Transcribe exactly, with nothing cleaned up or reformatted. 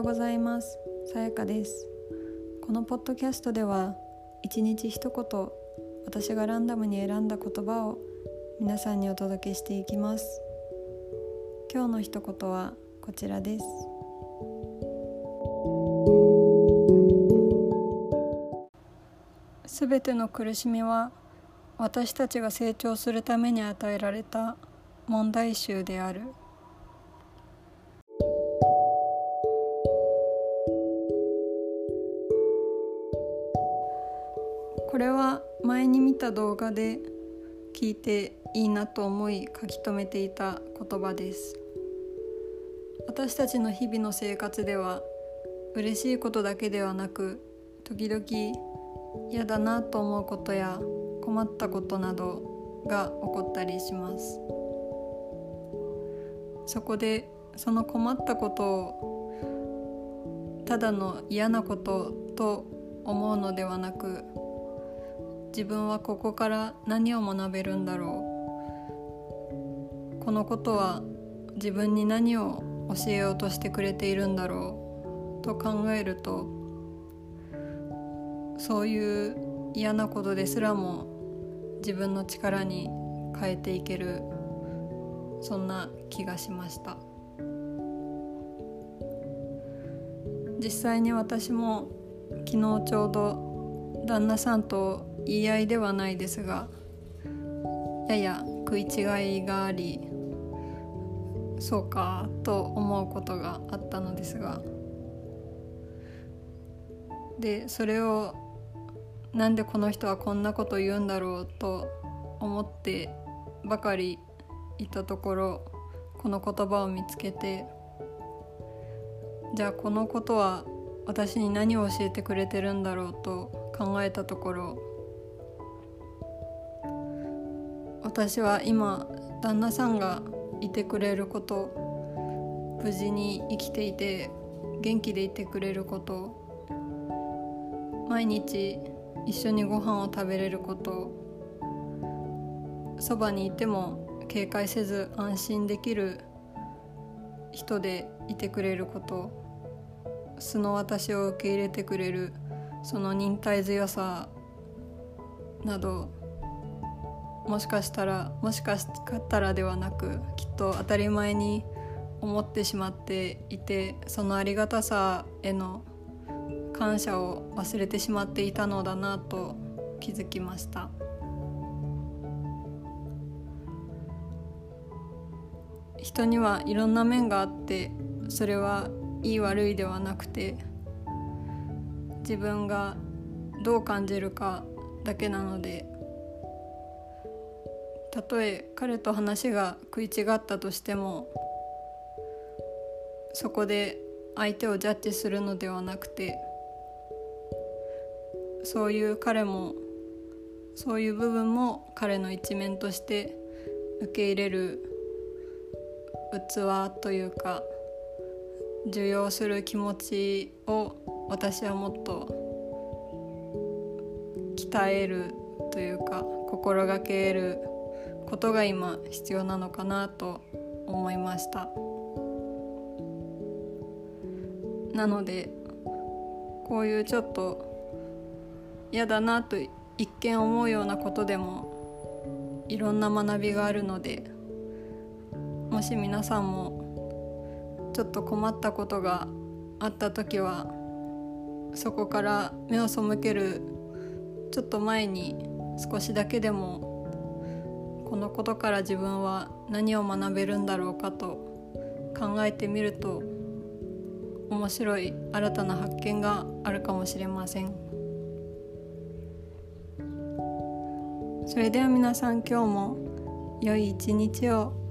ございます。さやかです。このポッドキャストでは一日一言、私がランダムに選んだ言葉を皆さんにお届けしていきます。今日の一言はこちらです。すべての苦しみは私たちが成長するために与えられた問題集である。これは前に見た動画で聞いていいなと思い書き留めていた言葉です。私たちの日々の生活では嬉しいことだけではなく、時々嫌だなと思うことや困ったことなどが起こったりします。そこでその困ったことをただの嫌なことと思うのではなく、自分はここから何を学べるんだろう、このことは自分に何を教えようとしてくれているんだろうと考えると、そういう嫌なことですらも自分の力に変えていける、そんな気がしました。実際に私も昨日ちょうど旦那さんと言い合いではないですが、やや食い違いがあり、そうかと思うことがあったのですが、でそれをなんでこの人はこんなこと言うんだろうと思ってばかりいたところ、この言葉を見つけて、じゃあこのことは私に何を教えてくれてるんだろうと考えたところ、私は今旦那さんがいてくれること、無事に生きていて元気でいてくれること、毎日一緒にご飯を食べれること、そばにいても警戒せず安心できる人でいてくれること、素の私を受け入れてくれるその忍耐強さなど、もしかしたらもしかしたらではなく、きっと当たり前に思ってしまっていて、そのありがたさへの感謝を忘れてしまっていたのだなと気づきました。人にはいろんな面があって、それはいい悪いではなくて、自分がどう感じるかだけなので、たとえ彼と話が食い違ったとしても、そこで相手をジャッジするのではなくて、そういう彼もそういう部分も彼の一面として受け入れる器というか、受容する気持ちを私はもっと鍛えるというか、心がけることが今必要なのかなと思いました。なのでこういうちょっと嫌だなと一見思うようなことでもいろんな学びがあるので、もし皆さんもちょっと困ったことがあったときは、そこから目を背けるちょっと前に少しだけでも、このことから自分は何を学べるんだろうかと考えてみると、面白い新たな発見があるかもしれません。それでは皆さん、今日も良い一日を